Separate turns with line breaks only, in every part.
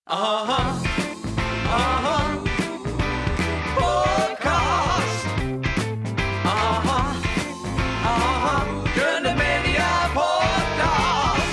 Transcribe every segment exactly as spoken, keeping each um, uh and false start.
Aha, aha, podcast. Aha, aha, Gröna Media podcast.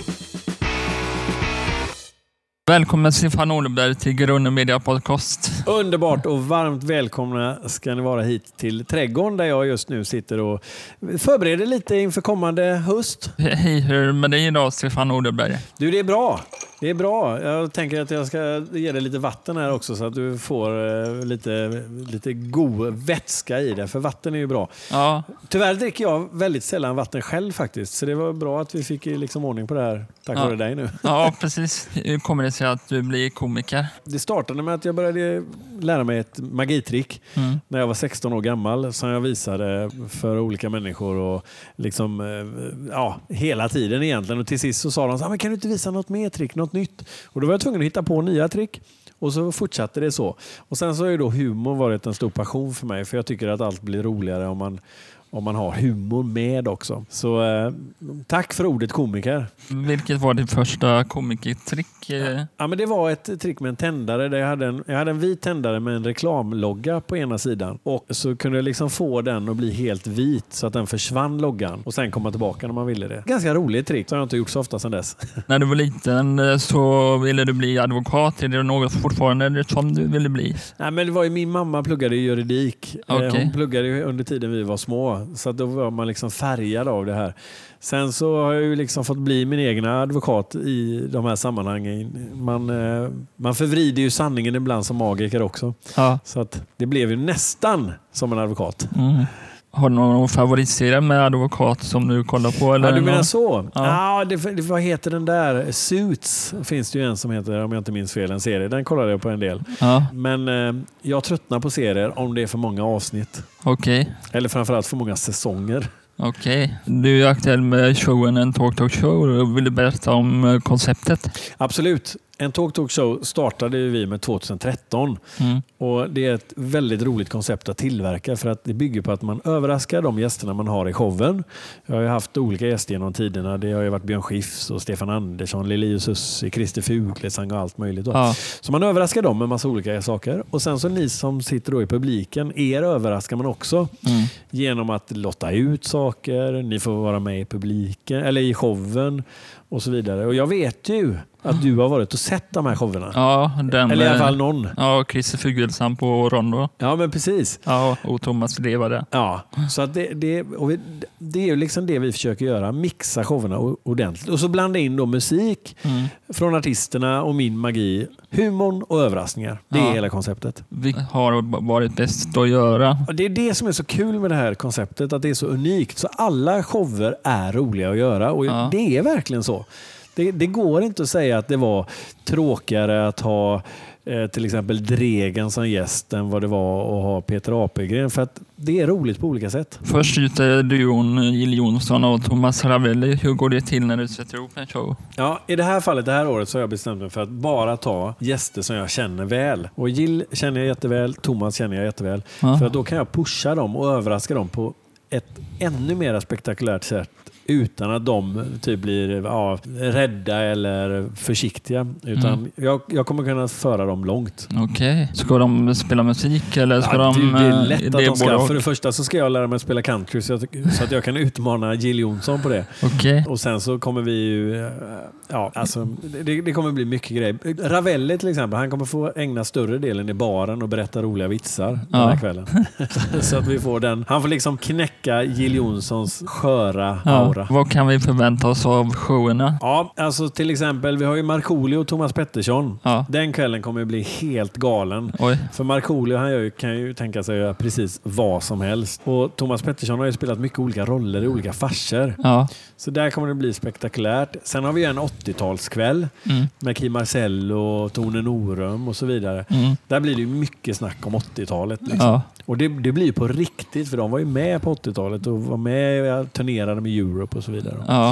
Välkommen Stefan Oleberg till Gröna Media podcast.
Underbart och varmt välkomna ska ni vara hit till trädgården där jag just nu sitter och förbereder lite inför kommande höst.
Hej, hur är det med dig idag Stefan Oleberg?
Du, det är bra. Det är bra. Jag tänker att jag ska ge dig lite vatten här också så att du får eh, lite, lite god vätska i det. För vatten är ju bra.
Ja.
Tyvärr dricker jag väldigt sällan vatten själv faktiskt. Så det var bra att vi fick liksom ordning på det här. Tack
Ja.
vare dig nu.
Ja, precis. Hur kommer det sig att du blir komiker?
Det startade med att jag började lära mig ett magitrick
Mm.
när jag var sexton år gammal som jag visade för olika människor och liksom, eh, ja, hela tiden egentligen. Och till sist så sa de så här, men kan du inte visa något mer trick, något nytt? Och då var jag tvungen att hitta på nya trick. Och så fortsatte det så. Och sen så har ju då humor varit en stor passion för mig. För jag tycker att allt blir roligare om man, om man har humor med också. Så eh, tack för ordet komiker.
Vilket var ditt första komikertrick?
Ja, men det var ett trick med en tändare. Där jag, hade en, jag hade en vit tändare med en reklamlogga på ena sidan. Och så kunde jag liksom få den att bli helt vit så att den försvann loggan. Och sen komma tillbaka när man ville det. Ganska roligt trick. Så har jag inte gjort så ofta sedan dess.
När du var liten så ville du bli advokat. Är det något fortfarande som du ville bli?
Nej, men det var ju min mamma pluggade i juridik.
Okay.
Hon pluggade ju under tiden vi var små. Så att då var man liksom färgad av det här. Sen så har jag ju liksom fått bli min egna advokat i de här sammanhangen. Man, eh, man förvrider ju sanningen ibland som magiker också.
Ja.
Så att det blev ju nästan som en advokat.
Mm. Har du någon favoritserie med advokat som du kollar på? Eller
Ja, du menar
någon?
så?
Ja.
Ja, det, det, vad heter den där? Suits finns det ju en som heter, om jag inte minns fel, en serie. Den kollade jag på en del.
Ja,
Men eh, jag tröttnar på serier om det är för många avsnitt.
okej. Okay.
Eller framförallt för många säsonger.
Okej. Okay. Du är aktuell med showen En Talk Talk Show. Vill du berätta om konceptet?
Absolut. En Talk Talk Show startade vi med tjugohundratretton.
Mm.
Och det är ett väldigt roligt koncept att tillverka för att det bygger på att man överraskar de gästerna man har i showen. Jag har ju haft olika gäster genom tiderna. Det har ju varit Björn Skifs och Stefan Andersson, Lili och Sussi, Christer Fuglesang och allt möjligt. Då.
Ja.
Så man överraskar dem med massa olika saker. Och sen så ni som sitter då i publiken, er överraskar man också
Mm.
genom att lotta ut saker. Ni får vara med i publiken eller i showen och så vidare. Och jag vet ju att du har varit och sett de här showerna.
Ja, den,
Eller i alla fall någon.
Ja, Christer Fuglesang på Rondo.
Ja, men precis.
Ja, och Thomas Levade.
Ja, så att det, det, och vi, det är ju liksom det vi försöker göra. Mixa showerna ordentligt. Och så blanda in då musik
Mm.
från artisterna och min magi. Humorn och överraskningar. Det är
Ja.
hela konceptet.
Vi har varit bäst att göra.
Och det är det som är så kul med det här konceptet. Att det är så unikt. Så alla shower är roliga att göra. Och
Ja.
det är verkligen så. Det, det går inte att säga att det var tråkigare att ha eh, till exempel Dregen som gäst än vad det var att ha Peter Apelgren. För att det är roligt på olika sätt.
Först ut är duon Jill Johnson och Thomas Ravelli. Hur går det till när du sätter ihop en show?
Ja, i det här fallet, det här året, så har jag bestämt mig för att bara ta gäster som jag känner väl. Och Jill känner jag jätteväl, Thomas känner jag jätteväl.
Ja.
För att då kan jag pusha dem och överraska dem på ett ännu mer spektakulärt sätt. Utan att de typ blir ja, rädda eller försiktiga. Utan
Mm.
jag, jag kommer kunna föra dem långt.
Okej. Ska de spela musik eller ska
Ja,
de...
du, det är
eh,
lätt att
det
de ska.
både och?
För det första så ska jag lära mig att spela country så att, så att jag kan utmana Jill Johnson på det.
Okej.
Och sen så kommer vi ju... eh, Ja, alltså, det, det kommer bli mycket grejer. Ravelli till exempel, han kommer få ägna större delen i baren och berätta roliga vitsar
Ja.
den här kvällen. Så att vi får den... Han får liksom knäcka Jill Johnsons sköra
Ja.
aura.
Vad kan vi förvänta oss av showerna?
Ja, alltså till exempel, vi har ju Markoolio och Thomas Pettersson.
Ja.
Den kvällen kommer bli helt galen.
Oj.
För Markoolio, han gör ju, kan ju tänka sig göra precis vad som helst. Och Thomas Pettersson har ju spelat mycket olika roller i olika farsor.
Ja.
Så där kommer det bli spektakulärt. Sen har vi ju en åttiotalskväll
Mm.
med Kim Marcello och Tone Norum och så vidare.
Mm.
Där blir det ju mycket snack om åttiotalet. Liksom.
Ja.
Och det, det blir ju på riktigt, för de var ju med på åttiotalet och var med och turnerade med Europe och så vidare.
Ja.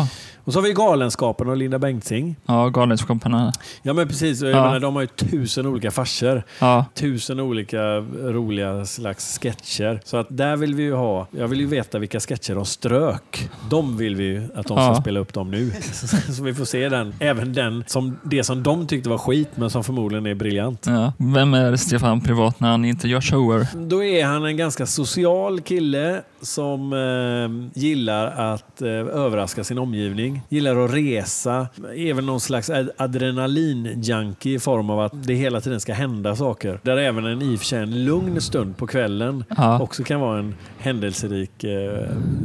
Och så har vi Galenskapen och Linda Bengtzing.
Ja, Galenskaparna.
Ja, men precis. Jag
Ja.
menar, de har ju tusen olika farser.
Ja,
Tusen olika roliga slags sketcher. Så att där vill vi ju ha... Jag vill ju veta vilka sketcher de strök. De vill vi ju att de ska
Ja.
spela upp dem nu. Så vi får se den. Även den som det som de tyckte var skit, men som förmodligen är briljant.
ja. Vem är Stefan privat när han inte gör shower?
Då är han en ganska social kille som eh, gillar att eh, överraska sin omgivning. Gillar att resa. Är väl någon slags ad- adrenalin-junkie i form av att det hela tiden ska hända saker. Där även en i och för sig en lugn stund på kvällen
Ja.
också kan vara en händelserik eh,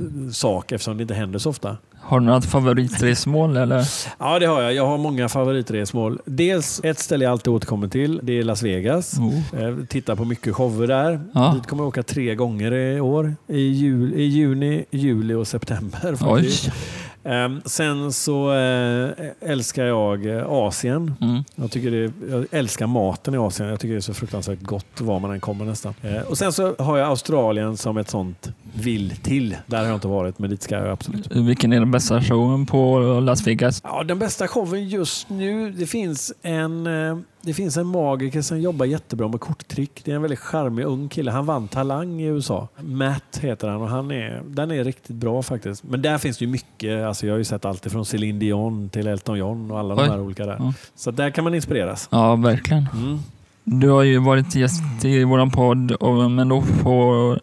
sak eftersom det inte händer så ofta.
Har du något favoritresmål eller?
Ja, det har jag. Jag har många favoritresmål. Dels ett ställe jag alltid återkommer till. Det är Las Vegas.
Oh.
Eh, tittar på mycket shower där.
Ja.
Dit kommer jag åka tre gånger i år. I, jul, i juni, juli och september.
Oj.
faktiskt. Eh, sen så eh, älskar jag eh, Asien.
Mm.
Jag, tycker det, jag älskar maten i Asien. Jag tycker det är så fruktansvärt gott var man än kommer nästan. Eh, och sen så har jag Australien som ett sånt vill till. Där har jag inte varit, men dit ska jag absolut.
Vilken är den bästa showen på Las Vegas?
Ja, den bästa showen just nu, det finns en eh, det finns en magiker som jobbar jättebra med korttrick. Det är en väldigt charmig ung kille. Han vann Talang i U S A. Matt heter han och han är, den är riktigt bra faktiskt. Men där finns det ju mycket. Alltså jag har ju sett allt från Celine Dion till Elton John och alla
Oj.
de här olika där.
Ja.
Så där kan man inspireras.
Ja, verkligen.
Mm.
Du har ju varit gäst i våran podd, och, men då på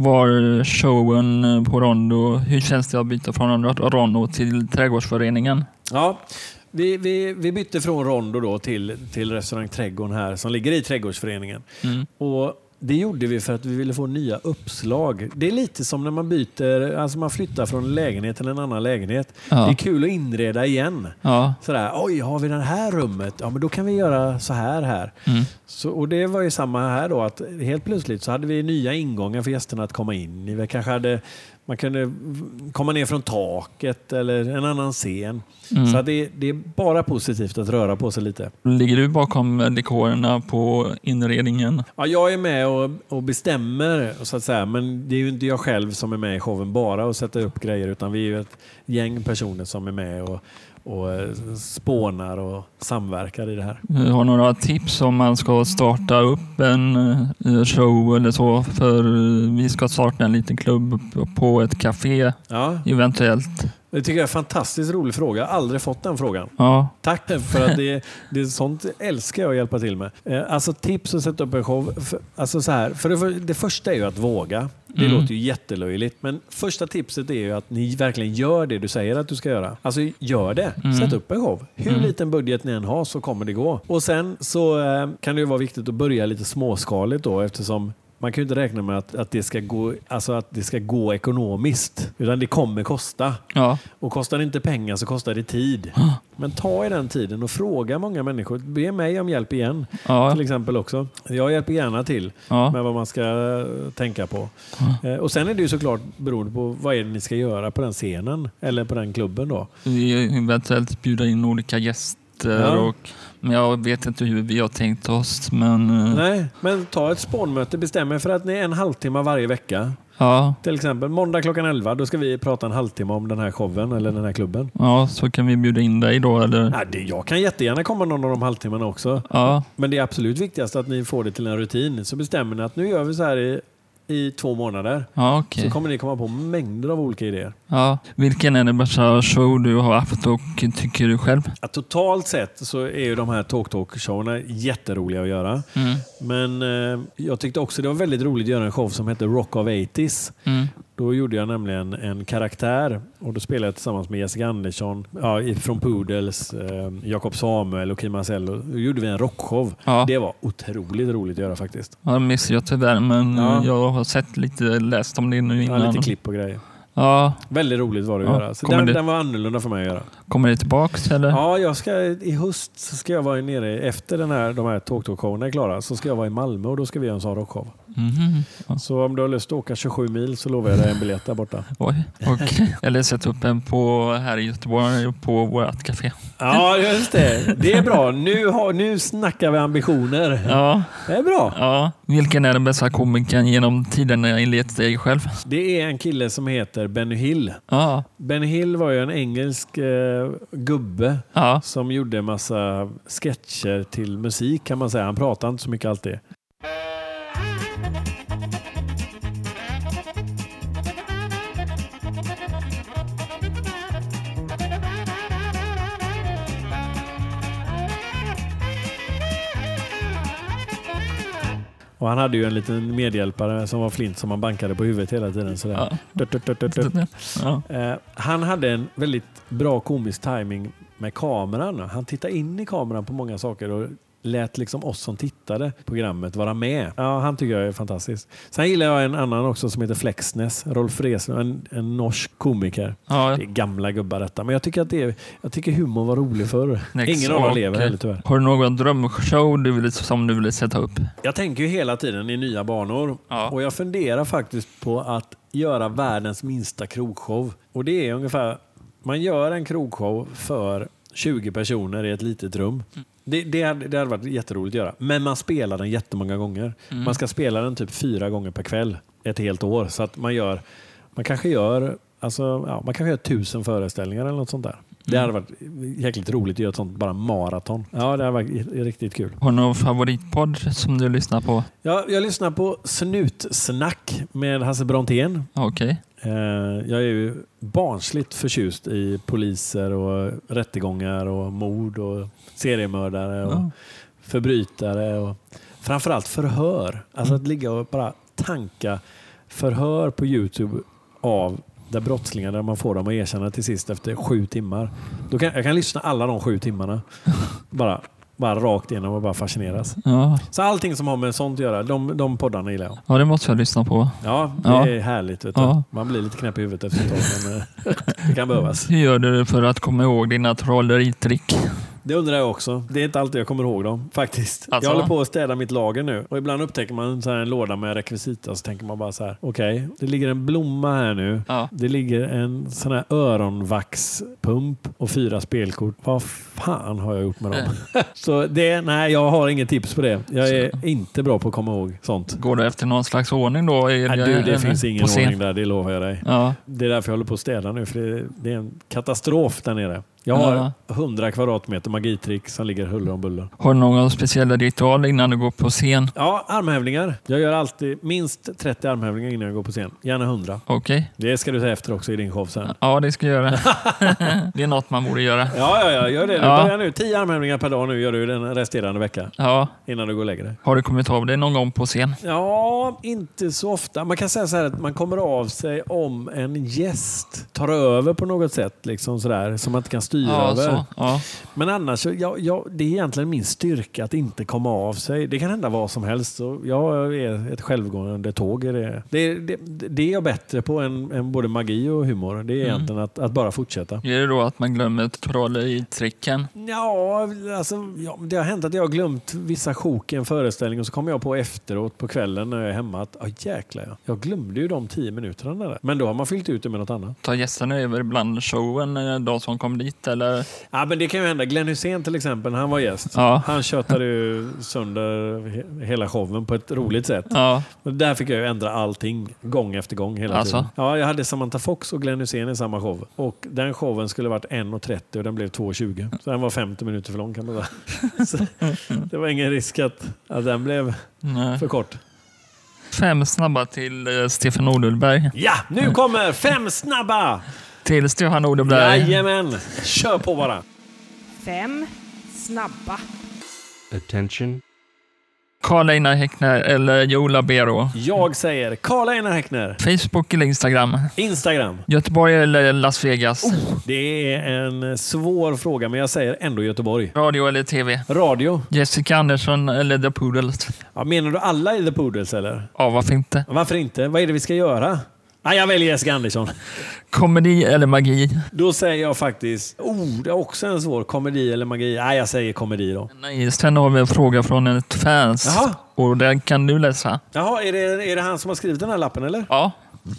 var showen på Rondo. Hur känns det att byta från Rondo till Trädgårdsföreningen?
Ja, vi, vi, vi bytte från Rondo då till, till restaurang Trädgården här som ligger i Trädgårdsföreningen.
Mm.
Och det gjorde vi för att vi ville få nya uppslag. Det är lite som när man byter, alltså man flyttar från en lägenhet till en annan lägenhet.
Ja.
Det är kul att inreda igen.
Ja.
Sådär, oj, har vi det här rummet? Ja, men då kan vi göra så här här.
Mm.
Så, och det var ju samma här då, att helt plötsligt så hade vi nya ingångar för gästerna att komma in i. Vi kanske hade, man kunde komma ner från taket eller en annan scen.
Mm.
Så att det, det är bara positivt att röra på sig lite.
Ligger du bakom dekorerna på inredningen?
Ja, jag är med och, och bestämmer, så att säga, men det är ju inte jag själv som är med i showen bara och sätter upp grejer, utan vi är ju ett gäng personer som är med och, och eh, spånar och samverkar i det här.
Jag har några tips om man ska starta upp en eh, show eller så, för eh, vi ska starta en liten klubb på ett café
Ja,
eventuellt.
det tycker jag är en fantastiskt rolig fråga. Jag har aldrig fått den frågan.
Ja,
Tack för att det, det är sånt älskar jag att hjälpa till med. Eh, Alltså tips att sätta upp en show. För, alltså så här, för det, för det första är ju att våga. Det
Mm.
låter ju jättelöjligt. Men första tipset är ju att ni verkligen gör det du säger att du ska göra. Alltså gör det.
Mm.
Sätt upp en show. Hur
Mm.
liten budget ni än har så kommer det gå. Och sen så eh, kan det ju vara viktigt att börja lite småskaligt då, eftersom man kan ju inte räkna med att, att, det ska gå, alltså att det ska gå ekonomiskt. Utan det kommer kosta.
ja.
Och kostar det inte pengar så kostar det tid. Men ta i den tiden och fråga många människor. Be mig om hjälp igen.
Ja.
Till exempel också. Jag hjälper gärna till
Ja.
med vad man ska eh, tänka på. Eh, Och sen är det ju såklart beroende på vad är det ni ska göra på den scenen. Eller på den klubben då.
Vi eventuellt bjuda in olika gäster.
Ja.
Och, men jag vet inte hur vi har tänkt oss. Men eh,
Nej, men ta ett spånmöte. Bestäm er för att ni är en halvtimme varje vecka.
ja,
Till exempel måndag klockan elva. Då ska vi prata en halvtimme om den här showen eller den här klubben.
ja, så kan vi bjuda in dig då. Eller?
Ja, det, jag kan jättegärna komma någon av de halvtimmarna också.
Ja,
Men det är absolut viktigast att ni får det till en rutin. Så bestämmer ni att nu gör vi så här i, i två månader.
ja okej.
Så kommer ni komma på mängder av olika idéer.
Ja. Vilken är den bästa show du har haft och tycker du själv?
Att totalt sett så är ju de här talk-talk-showerna jätteroliga att göra.
Mm.
Men eh, jag tyckte också det var väldigt roligt att göra en show som heter Rock of åttio.
Mm.
Då gjorde jag nämligen en karaktär och då spelade jag tillsammans med Jessica Andersson ja, från Poodles, eh, Jakob Samuel och Kim Marcello. Då gjorde vi en rockshow.
Ja.
Det var otroligt roligt att göra faktiskt.
Ja, det missade jag tyvärr, men
Ja.
jag har sett lite, läst om det nu
Ja,
innan.
lite klipp och grejer.
Ja,
Väldigt roligt var det att
Ja,
göra. Så
kommer
den,
det-
den var annorlunda för mig att göra.
kommer det tillbaks eller?
Ja, jag ska, i höst så ska jag vara nere efter den här, de här talk-talk-showerna är klara. Så ska jag vara i Malmö och då ska vi göra en sån rockshow.
Mhm. Ja.
Så om du har lust att åka tjugosju mil så lovar jag dig en biljett där borta.
Oj, okej. Eller sätt upp en på, här i Göteborg på vårt café.
Ja, just det. Det är bra. Nu, har, nu snackar vi ambitioner.
Ja,
Det är bra.
ja. Vilken är den bästa komikern genom tiden enligt dig själv?
Det är en kille som heter Benny Hill.
Ja,
Benny Hill var ju en engelsk eh, gubbe
ja.
som gjorde en massa sketcher till musik kan man säga. Han pratade inte så mycket alltid. Och han hade ju en liten medhjälpare som var Flint som han bankade på huvudet hela tiden. Sådär.
Ja.
Dut, dut, dut, dut, dut.
Ja.
Eh, han hade en väldigt bra komisk timing med kameran. Han tittade in i kameran på många saker och lät liksom oss som tittade på programmet vara med. Ja, han tycker jag är fantastisk. Sen gillar jag en annan också som heter Flexness. Rolf Reslund, en, en norsk komiker.
Ja.
Det är gamla gubbar detta. Men jag tycker att det är, jag tycker humor var rolig förr.
Next.
Ingen av dem
Och,
lever
eh,
heller tyvärr.
Har du någon drömshow du vill, som du vill sätta upp?
Jag tänker ju hela tiden i nya banor.
Ja.
Och jag funderar faktiskt på att göra världens minsta krogshow. Och det är ungefär, man gör en krogshow för tjugo personer i ett litet rum. Mm. Det, det, hade, det hade varit jätteroligt att göra. Men man spelar den jättemånga gånger. Mm. Man ska spela den typ fyra gånger per kväll. Ett helt år. Så att man gör, man kanske gör, alltså, ja, man kanske gör tusen föreställningar eller något sånt där. Det hade varit jäkligt roligt att göra ett sånt bara maraton. Ja, det hade varit riktigt kul.
Har du någon favoritpodd som du lyssnar på?
Ja, jag lyssnar på Snutsnack med Hasse Brontén.
Okej.
Eh, jag är ju barnsligt förtjust i poliser och rättegångar och mord och seriemördare och
Ja.
förbrytare och framförallt förhör. Alltså att ligga och bara tanka förhör på YouTube av där brottslingar där man får dem att erkänna till sist efter sju timmar. Då kan, jag kan lyssna alla de sju timmarna. Bara, bara rakt igenom och bara fascineras.
Ja.
Så allting som har med sånt att göra, de, de poddarna gillar jag.
ja, det måste jag lyssna på.
Ja, det
Ja.
är härligt. Vet du.
Ja.
Man blir lite knäpp i huvudet efter ett tag, men eh, det kan behövas.
Hur gör du för att komma ihåg dina trolleritrick?
Det undrar jag också. Det är inte alltid jag kommer ihåg dem, faktiskt.
Alltså?
Jag håller på att städa mitt lager nu. Och ibland upptäcker man så här en låda med rekvisita. Så tänker man bara så här: okej, okay, det ligger en blomma här nu.
Ja.
Det ligger en sån här öronvaxpump och fyra spelkort. Vad fan har jag gjort med dem? Så det, nej, jag har ingen tips på det. Jag är så. Inte bra på att komma ihåg sånt.
Går det efter någon slags ordning då?
Nej, du, det finns ingen ordning där, det lovar jag dig.
Ja.
Det är därför jag håller på att städa nu, för det, det är en katastrof där nere. Jag har
Ja.
hundra kvadratmeter magitrick som ligger huller om buller.
Har du någon speciell ritual innan du går på scen?
Ja, armhävningar. Jag gör alltid minst trettio armhävningar innan jag går på scen. Gärna hundra.
Okej.
Det ska du ta efter också i din show sen.
Ja, det ska jag göra. Det är något man borde göra.
Ja, ja, ja, gör det. Du
Ja.
börjar nu. Tio armhävningar per dag nu gör du den resterande vecka.
Ja.
Innan du går och lägger dig.
Har du kommit av det någon gång på scen?
Ja, inte så ofta. Man kan säga så här att man kommer av sig om en gäst tar över på något sätt. Liksom sådär, som man inte kan styra
Ja,
över.
så. Ja.
Men annars, ja, ja, det är egentligen min styrka att inte komma av sig. Det kan hända vad som helst. Så jag är ett självgående tåg. Är det. Det, det, det är jag bättre på än, än både magi och humor. Det är
Mm.
egentligen att, att bara fortsätta.
Är det då att man glömmer trolleritricken?
Ja, alltså, ja, det har hänt att jag har glömt vissa sjok i en föreställning och så kommer jag på efteråt på kvällen när jag är hemma att, ja jäklar, ja. Jag glömde ju de tio minuterna där. Men då har man fyllt ut det med något annat.
Tar gästerna över bland showen, de som kom dit? Eller?
Ja, men det kan ju hända. Glenn Hysén till exempel, när han var gäst.
Ja.
Han köttade ju sönder he- hela showen på ett roligt sätt.
Ja.
Och där fick jag ju ändra allting gång efter gång hela
Alltså?
tiden. Ja, jag hade Samantha Fox och Glenn Hysén i samma show. Och den showen skulle varit en trettio och den blev två tjugo. Så den var femtio minuter för lång kan man säga. Så det var ingen risk att, att den blev
Nej.
för kort.
Fem snabba till eh, Stefan Odelberg.
Ja, nu kommer fem snabba!
Till Stefan Odelberg.
Jajamän! Kör på bara!
Fem snabba.
Attention.
Karl Einar Häckner eller Joe Labero.
Jag säger Karl Einar Häckner.
Facebook eller Instagram.
Instagram.
Göteborg eller Las Vegas.
Det är en svår fråga, men jag säger ändå Göteborg.
Radio eller T V.
Radio.
Jessica Andersson eller The Poodles.
Ja, menar du alla i The Poodles eller?
Ja, varför inte?
Varför inte? Vad är det vi ska göra? Nej, jag väljer Jessica Andersson.
Komedi eller magi?
Då säger jag faktiskt... Oh, det är också en svår. Komedi eller magi? Nej, jag säger komedi då.
Nej, sen har vi en fråga från ett fans.
Jaha.
Och den kan du läsa.
Jaha, är det, är det han som har skrivit den här lappen, eller?
Ja.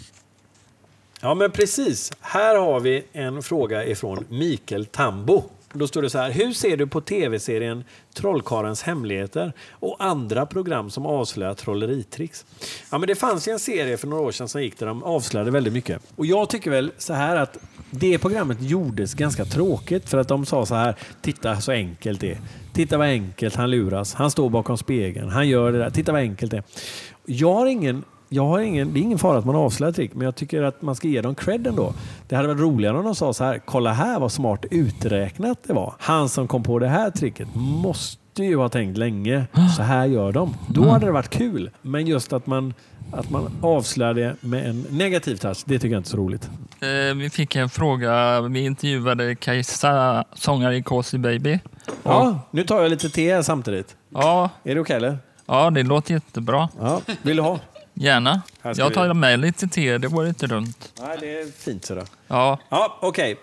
Ja, men precis. Här har vi en fråga ifrån Mikael Tambo. Då står det så här: hur ser du på tv-serien Trollkarlens hemligheter och andra program som avslöjar trolleritricks? Ja, men det fanns ju en serie för några år sedan som gick där de avslöjade väldigt mycket. Och jag tycker väl så här att det programmet gjordes ganska tråkigt för att de sa så här: titta så enkelt det är. Titta vad enkelt han luras. Han står bakom spegeln. Han gör det där. Titta vad enkelt det är. Jag har ingen Jag har ingen, det är ingen fara att man avslöjar trick, men jag tycker att man ska ge dem cred ändå. Det hade varit roligare om de sa så här: kolla här vad smart uträknat det var. Han som kom på det här tricket måste ju ha tänkt länge. Så här gör de. Då hade det varit kul. Men just att man, att man avslöjar det med en negativ touch, det tycker jag inte är så roligt.
Eh, vi fick en fråga. Vi intervjuade Kajsa, sångare i Cozy Baby.
Ja, nu tar jag lite te här samtidigt.
Ja,
Är det okej eller?
ja, det låter jättebra.
Ja, vill du ha?
Gärna.
Här ska
Jag
vi-
tar med lite te, det var inte dumt.
Nej, det är fint sådär.
Ja,
Ja, okej.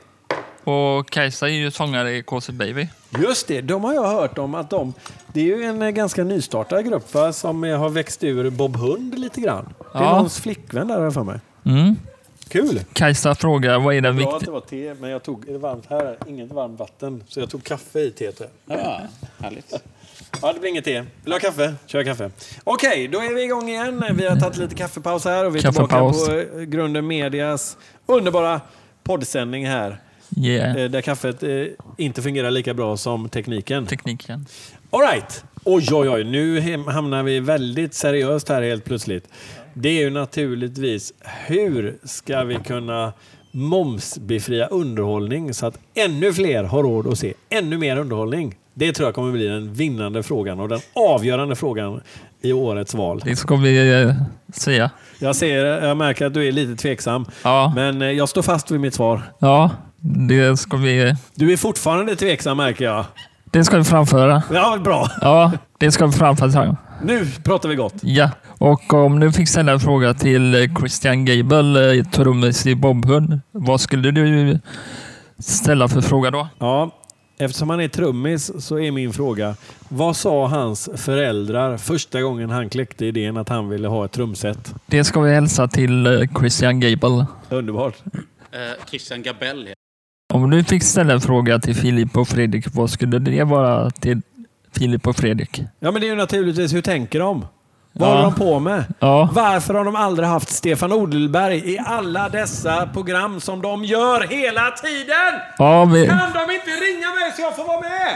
och Kajsa är ju sångare i Cozy Baby.
Just det, de har jag hört om att de... Det är ju en eh, ganska nystartad grupp, va, som eh, har växt ur Bob Hund lite grann. Det är
Ja.
någons flickvän där har jag för mig.
Mm.
Kul!
Kajsa frågar, vad är det
Bra att
viktigt?
det var te, men jag tog... Är det varmt här? Inget varmt vatten. Så jag tog kaffe i teet.
Ja, härligt.
Ja, det blir inget te. Vill du ha kaffe? Kör kaffe. Okej, då är vi igång igen. Vi har tagit lite kaffepaus här och vi är
Kaffepaus.
tillbaka på eh, Grunden Medias underbara poddsändning här.
Yeah.
eh, Där kaffet eh, inte fungerar lika bra som tekniken.
Tekniken.
All right. Oj, oj, oj. Nu hem- hamnar vi väldigt seriöst här helt plötsligt. Det är ju naturligtvis hur ska vi kunna momsbefria underhållning så att ännu fler har råd att se ännu mer underhållning. Det tror jag kommer bli den vinnande frågan och den avgörande frågan i årets val.
Det ska vi eh, säga.
Jag ser, jag märker att du är lite tveksam,
Ja,
men eh, jag står fast vid mitt svar.
ja, det ska vi,
Du är fortfarande tveksam, märker jag.
det ska vi framföra.
Ja, bra.
Ja, det ska vi framföra.
Nu pratar vi gott.
Ja, och om du fick ställa en fråga till Christian Gable, eh, trummis i Bob Hund, vad skulle du ställa för fråga då?
Ja, eftersom han är trummis så är min fråga: vad sa hans föräldrar första gången han kläckte idén att han ville ha ett trumset?
Det ska vi hälsa till eh, Christian Gable.
Underbart.
Eh, Christian Gabell.
Om du fick ställa en fråga till Filip och Fredrik, vad skulle det vara till Filip och Fredrik?
Ja, men det är ju naturligtvis, hur tänker de? Vad
Ja.
håller de på med?
Ja,
Varför har de aldrig haft Stefan Odelberg i alla dessa program som de gör hela tiden?
ja vi,
Kan de inte ringa mig så jag får vara med?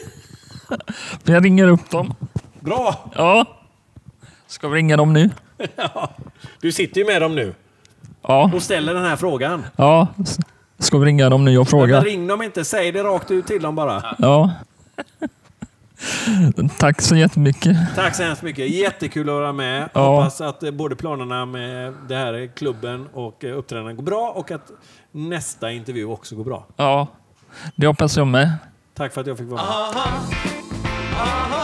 vi ringer upp dem.
Bra!
Ja, ska vi ringa dem nu?
Du sitter ju med dem nu
Ja,
och ställer den här frågan.
ja. S- Ska vi ringa dem nu och
Men
fråga?
ring dem inte, säg det rakt ut till dem bara.
Ja. Tack så jättemycket.
Tack så hemskt mycket. Jättekul att vara med.
Ja.
Hoppas att eh, både planerna med det här klubben och eh, uppträdanden går bra och att nästa intervju också går bra.
Ja, det hoppas jag med.
Tack för att jag fick vara med.
Aha, aha.